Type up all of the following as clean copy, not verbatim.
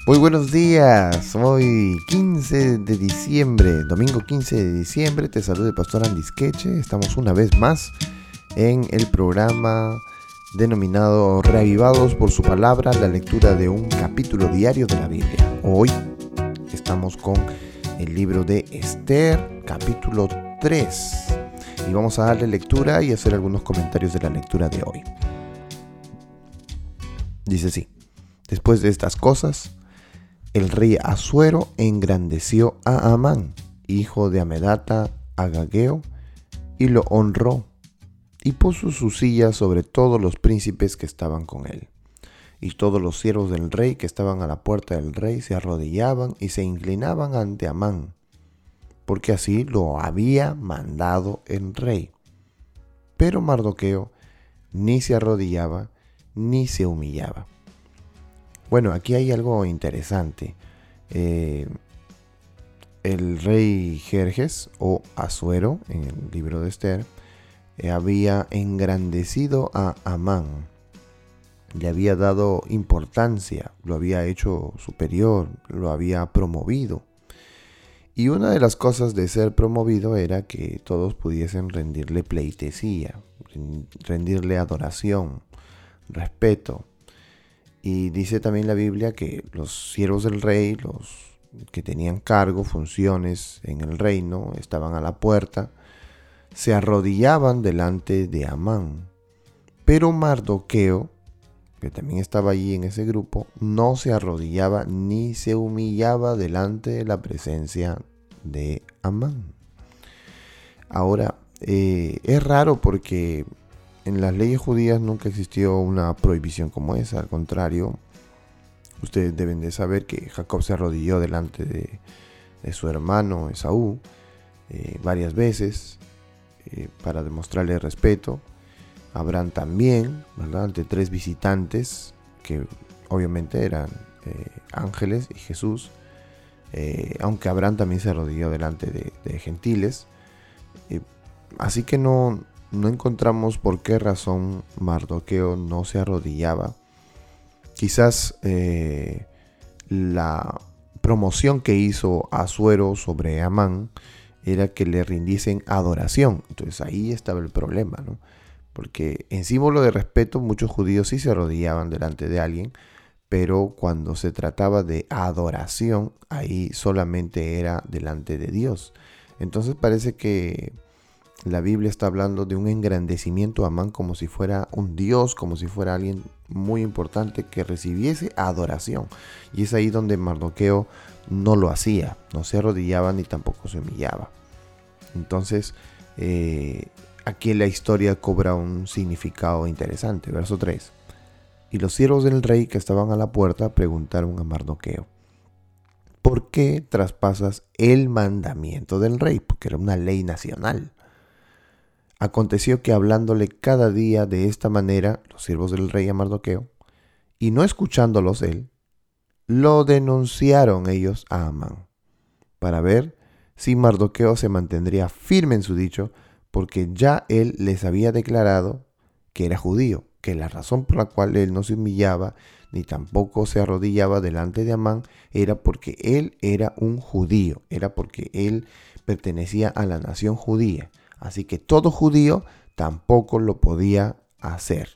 Muy buenos días, hoy 15 de diciembre, domingo 15 de diciembre, te saluda el pastor Andy Skeche. Estamos una vez más en el programa denominado Reavivados por su palabra, la lectura de un capítulo diario de la Biblia. Hoy estamos con el libro de Esther, capítulo 3, y vamos a darle lectura y hacer algunos comentarios de la lectura de hoy. Dice así: después de estas cosas, el rey Asuero engrandeció a Amán, hijo de Amedata Agageo, y lo honró, y puso su silla sobre todos los príncipes que estaban con él. Y todos los siervos del rey que estaban a la puerta del rey se arrodillaban y se inclinaban ante Amán, porque así lo había mandado el rey. Pero Mardoqueo ni se arrodillaba ni se humillaba. Bueno, aquí hay algo interesante. El rey Jerjes o Asuero, en el libro de Esther, había engrandecido a Amán. Le había dado importancia, lo había hecho superior, lo había promovido. Y una de las cosas de ser promovido era que todos pudiesen rendirle pleitesía, rendirle adoración, respeto. Y dice también la Biblia que los siervos del rey, los que tenían cargo, funciones en el reino, estaban a la puerta, se arrodillaban delante de Amán. Pero Mardoqueo, que también estaba allí en ese grupo, no se arrodillaba ni se humillaba delante de la presencia de Amán. Ahora, es raro porque en las leyes judías nunca existió una prohibición como esa. Al contrario, ustedes deben de saber que Jacob se arrodilló delante de su hermano Esaú varias veces para demostrarle respeto. Abraham también, ¿verdad? Ante 3 visitantes que obviamente eran ángeles y Jesús. Aunque Abraham también se arrodilló delante de gentiles. Así que no encontramos por qué razón Mardoqueo no se arrodillaba. Quizás la promoción que hizo Asuero sobre Amán era que le rindiesen adoración. Entonces ahí estaba el problema, ¿no? Porque en símbolo de respeto muchos judíos sí se arrodillaban delante de alguien, pero cuando se trataba de adoración, ahí solamente era delante de Dios. Entonces parece que la Biblia está hablando de un engrandecimiento a Amán como si fuera un dios, como si fuera alguien muy importante que recibiese adoración. Y es ahí donde Mardoqueo no lo hacía, no se arrodillaba ni tampoco se humillaba. Entonces, aquí la historia cobra un significado interesante. Verso 3. Y los siervos del rey que estaban a la puerta preguntaron a Mardoqueo: ¿por qué traspasas el mandamiento del rey? Porque era una ley nacional. Aconteció que hablándole cada día de esta manera los siervos del rey a Mardoqueo, y no escuchándolos él, lo denunciaron ellos a Amán, para ver si Mardoqueo se mantendría firme en su dicho, porque ya él les había declarado que era judío, que la razón por la cual él no se humillaba ni tampoco se arrodillaba delante de Amán era porque él era un judío, era porque él pertenecía a la nación judía. Así que todo judío tampoco lo podía hacer.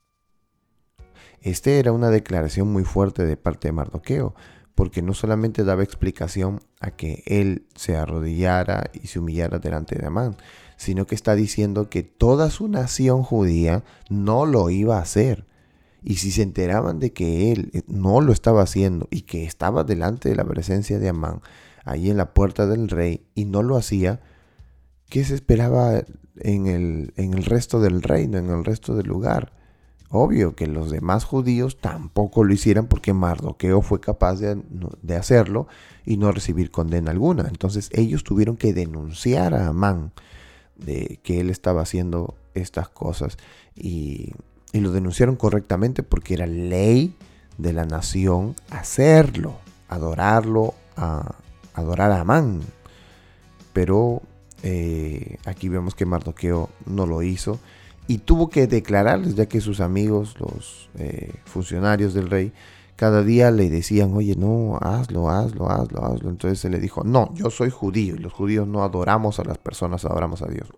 Era una declaración muy fuerte de parte de Mardoqueo, porque no solamente daba explicación a que él se arrodillara y se humillara delante de Amán, sino que está diciendo que toda su nación judía no lo iba a hacer. Y si se enteraban de que él no lo estaba haciendo y que estaba delante de la presencia de Amán, ahí en la puerta del rey, y no lo hacía, ¿qué se esperaba en el resto del reino, en el resto del lugar? Obvio que los demás judíos tampoco lo hicieran porque Mardoqueo fue capaz de hacerlo y no recibir condena alguna. Entonces ellos tuvieron que denunciar a Amán de que él estaba haciendo estas cosas y lo denunciaron correctamente porque era ley de la nación hacerlo, adorar a Amán. Pero aquí vemos que Mardoqueo no lo hizo y tuvo que declararles, ya que sus amigos, los funcionarios del rey, cada día le decían, oye, no, hazlo. Entonces él le dijo, no, yo soy judío y los judíos no adoramos a las personas, adoramos a Dios.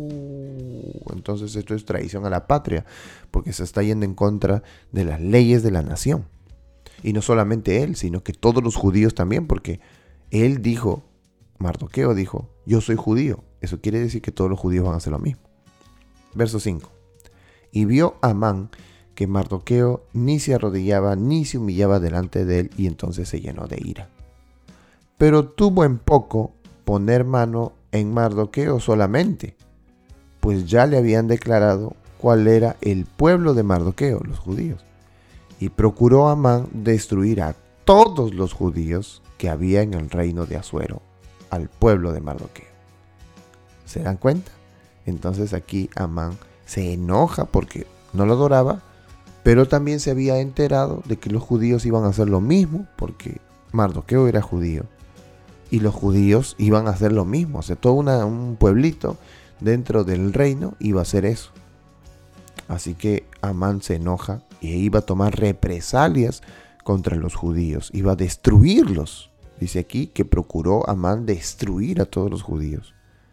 Entonces esto es traición a la patria, porque se está yendo en contra de las leyes de la nación. Y no solamente él, sino que todos los judíos también, porque él dijo, Mardoqueo dijo, yo soy judío. Eso quiere decir que todos los judíos van a hacer lo mismo. Verso 5. Y vio Amán que Mardoqueo ni se arrodillaba ni se humillaba delante de él, y entonces se llenó de ira. Pero tuvo en poco poner mano en Mardoqueo solamente, pues ya le habían declarado cuál era el pueblo de Mardoqueo, los judíos. Y procuró Amán destruir a todos los judíos que había en el reino de Asuero, al pueblo de Mardoqueo. ¿Se dan cuenta? Entonces aquí Amán se enoja porque no lo adoraba, pero también se había enterado de que los judíos iban a hacer lo mismo, porque Mardoqueo era judío y los judíos iban a hacer lo mismo. O sea, todo un pueblito dentro del reino iba a hacer eso. Así que Amán se enoja e iba a tomar represalias contra los judíos, iba a destruirlos. Dice aquí que procuró Amán destruir a todos los judíos.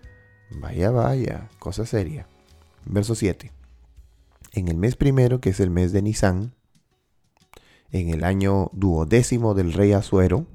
Vaya, cosa seria. Verso 7. En el mes primero, que es el mes de Nisán, en el año 12º del rey Asuero,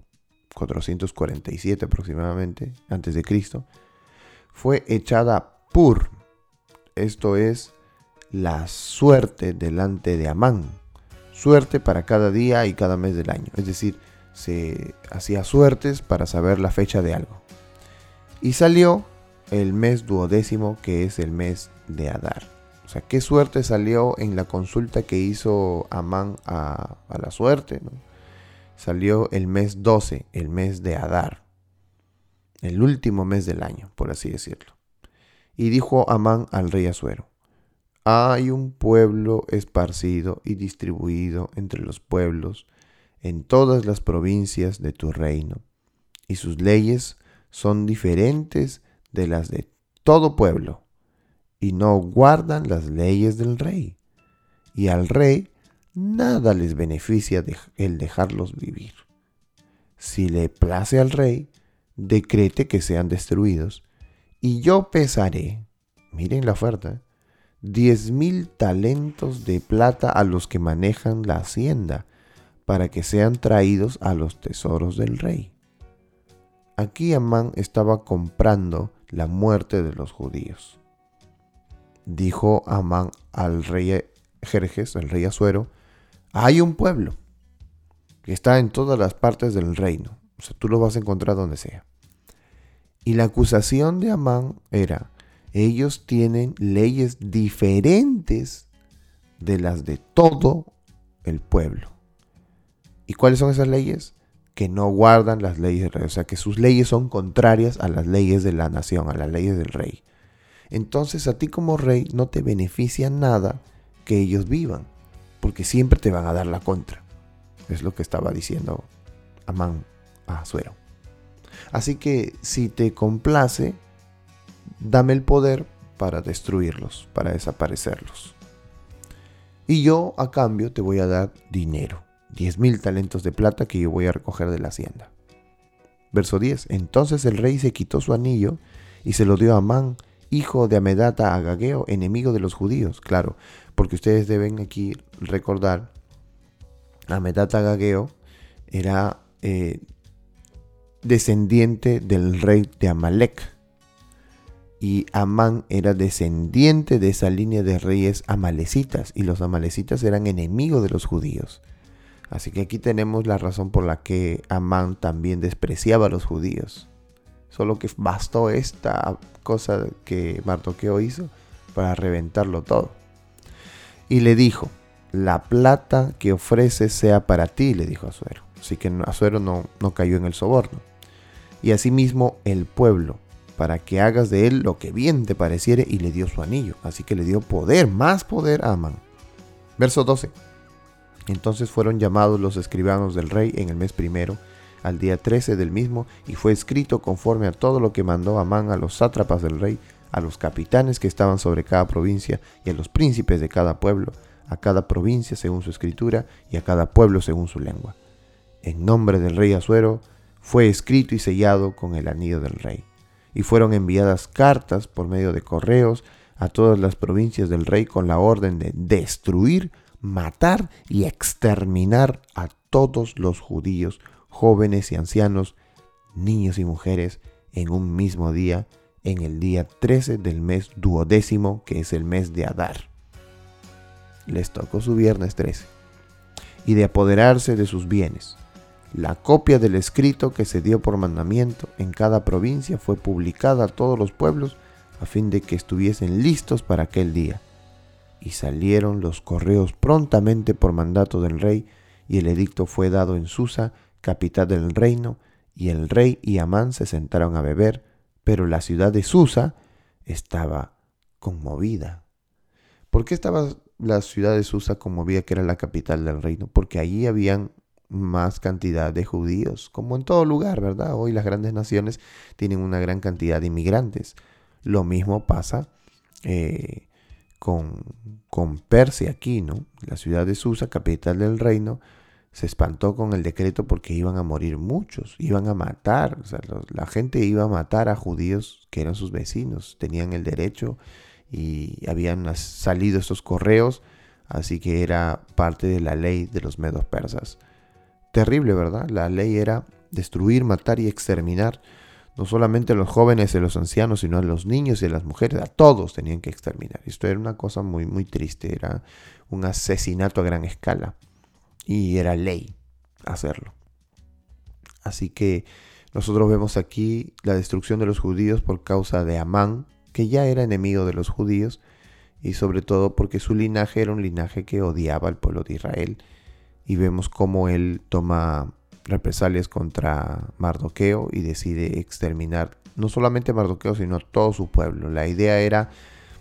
447 aproximadamente, antes de Cristo, fue echada Pur, esto es la suerte delante de Amán, suerte para cada día y cada mes del año, es decir, se hacía suertes para saber la fecha de algo. Y salió el mes 12º, que es el mes de Adar. O sea, qué suerte salió en la consulta que hizo Amán a la suerte, ¿no? Salió el mes 12, el mes de Adar, el último mes del año, por así decirlo. Y dijo Amán al rey Asuero: hay un pueblo esparcido y distribuido entre los pueblos en todas las provincias de tu reino, y sus leyes son diferentes de las de todo pueblo, y no guardan las leyes del rey, y al rey nada les beneficia el dejarlos vivir. Si le place al rey, decrete que sean destruidos, y yo pesaré, miren la oferta, 10,000 talentos de plata a los que manejan la hacienda, para que sean traídos a los tesoros del rey. Aquí Amán estaba comprando la muerte de los judíos. Dijo Amán al rey Jerjes, el rey Asuero: hay un pueblo que está en todas las partes del reino. O sea, tú lo vas a encontrar donde sea. Y la acusación de Amán era: ellos tienen leyes diferentes de las de todo el pueblo. ¿Y cuáles son esas leyes? Que no guardan las leyes del rey. O sea, que sus leyes son contrarias a las leyes de la nación, a las leyes del rey. Entonces a ti como rey no te beneficia nada que ellos vivan, porque siempre te van a dar la contra. Es lo que estaba diciendo Amán a Asuero. Así que si te complace, dame el poder para destruirlos, para desaparecerlos. Y yo a cambio te voy a dar dinero, 10,000 talentos de plata que yo voy a recoger de la hacienda. Verso 10. Entonces el rey se quitó su anillo y se lo dio a Amán, hijo de Amedata Agageo, enemigo de los judíos. Claro, porque ustedes deben aquí recordar, Amedata Agageo era descendiente del rey de Amalek. Y Amán era descendiente de esa línea de reyes amalecitas. Y los amalecitas eran enemigos de los judíos. Así que aquí tenemos la razón por la que Amán también despreciaba a los judíos. Solo que bastó esta cosa que Mardoqueo hizo para reventarlo todo. Y le dijo: la plata que ofreces sea para ti, le dijo a Asuero. Así que Asuero no cayó en el soborno. Y asimismo el pueblo, para que hagas de él lo que bien te pareciere, y le dio su anillo. Así que le dio poder, más poder a Amán. Verso 12. Entonces fueron llamados los escribanos del rey en el mes primero, al día 13 del mismo, y fue escrito conforme a todo lo que mandó Amán a los sátrapas del rey, a los capitanes que estaban sobre cada provincia y a los príncipes de cada pueblo, a cada provincia según su escritura y a cada pueblo según su lengua. En nombre del rey Asuero fue escrito y sellado con el anillo del rey. Y fueron enviadas cartas por medio de correos a todas las provincias del rey con la orden de destruir, matar y exterminar a todos los judíos, jóvenes y ancianos, niños y mujeres, en un mismo día, en el día 13 del mes 12º, que es el mes de Adar. Les tocó su viernes 13. Y de apoderarse de sus bienes. La copia del escrito que se dio por mandamiento en cada provincia fue publicada a todos los pueblos a fin de que estuviesen listos para aquel día. Y salieron los correos prontamente por mandato del rey, y el edicto fue dado en Susa, capital del reino, y el rey y Amán se sentaron a beber, pero la ciudad de Susa estaba conmovida. ¿Por qué estaba la ciudad de Susa conmovida, que era la capital del reino? Porque allí habían más cantidad de judíos, como en todo lugar, ¿verdad? Hoy las grandes naciones tienen una gran cantidad de inmigrantes. Lo mismo pasa con Persia aquí, ¿no? La ciudad de Susa, capital del reino, se espantó con el decreto porque iban a morir muchos, iban a matar, o sea, la gente iba a matar a judíos que eran sus vecinos, tenían el derecho y habían salido estos correos, así que era parte de la ley de los medos persas. Terrible, ¿verdad? La ley era destruir, matar y exterminar, no solamente a los jóvenes y a los ancianos, sino a los niños y a las mujeres, a todos tenían que exterminar. Esto era una cosa muy, muy triste, era un asesinato a gran escala. Y era ley hacerlo. Así que nosotros vemos aquí la destrucción de los judíos por causa de Amán, que ya era enemigo de los judíos, y sobre todo porque su linaje era un linaje que odiaba al pueblo de Israel. Y vemos cómo él toma represalias contra Mardoqueo y decide exterminar no solamente a Mardoqueo, sino a todo su pueblo. La idea era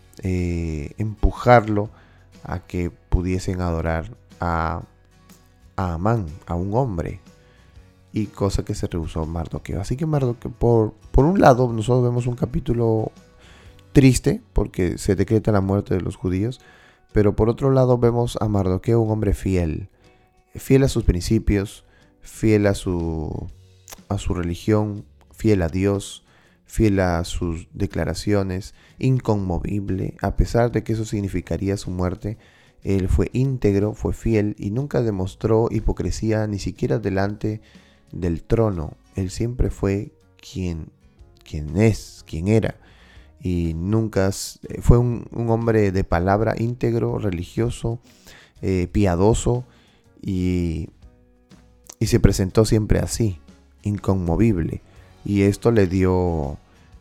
empujarlo a que pudiesen adorar a Amán, a un hombre, y cosa que se rehusó Mardoqueo. Así que Mardoqueo, por un lado, nosotros vemos un capítulo triste porque se decreta la muerte de los judíos, pero por otro lado vemos a Mardoqueo, un hombre fiel a sus principios, fiel a su religión, fiel a Dios, fiel a sus declaraciones, inconmovible, a pesar de que eso significaría su muerte. Él fue íntegro, fue fiel y nunca demostró hipocresía ni siquiera delante del trono. Él siempre fue quien era. Y nunca fue un hombre de palabra, íntegro, religioso, piadoso y se presentó siempre así, inconmovible. Y esto le dio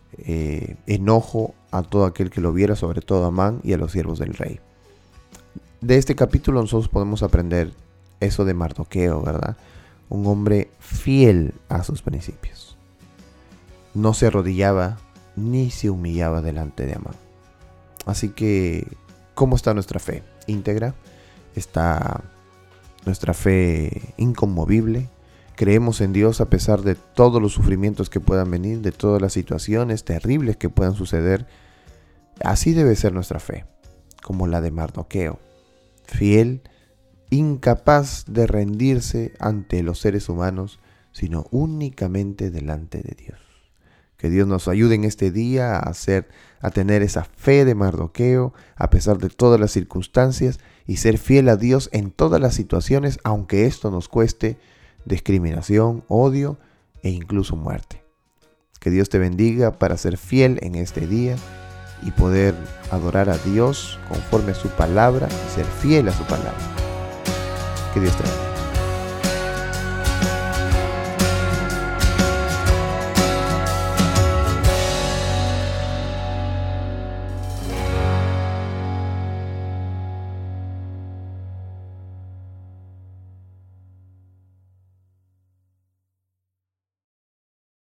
enojo a todo aquel que lo viera, sobre todo a Amán y a los siervos del rey. De este capítulo nosotros podemos aprender eso de Mardoqueo, ¿verdad? Un hombre fiel a sus principios. No se arrodillaba ni se humillaba delante de Amán. Así que, ¿cómo está nuestra fe? ¿Íntegra? ¿Está nuestra fe inconmovible? ¿Creemos en Dios a pesar de todos los sufrimientos que puedan venir, de todas las situaciones terribles que puedan suceder? Así debe ser nuestra fe, como la de Mardoqueo. Fiel, incapaz de rendirse ante los seres humanos, sino únicamente delante de Dios. Que Dios nos ayude en este día a tener esa fe de Mardoqueo, a pesar de todas las circunstancias, y ser fiel a Dios en todas las situaciones, aunque esto nos cueste discriminación, odio e incluso muerte. Que Dios te bendiga para ser fiel en este día y poder adorar a Dios conforme a su palabra y ser fiel a su palabra. Que Dios te bendiga.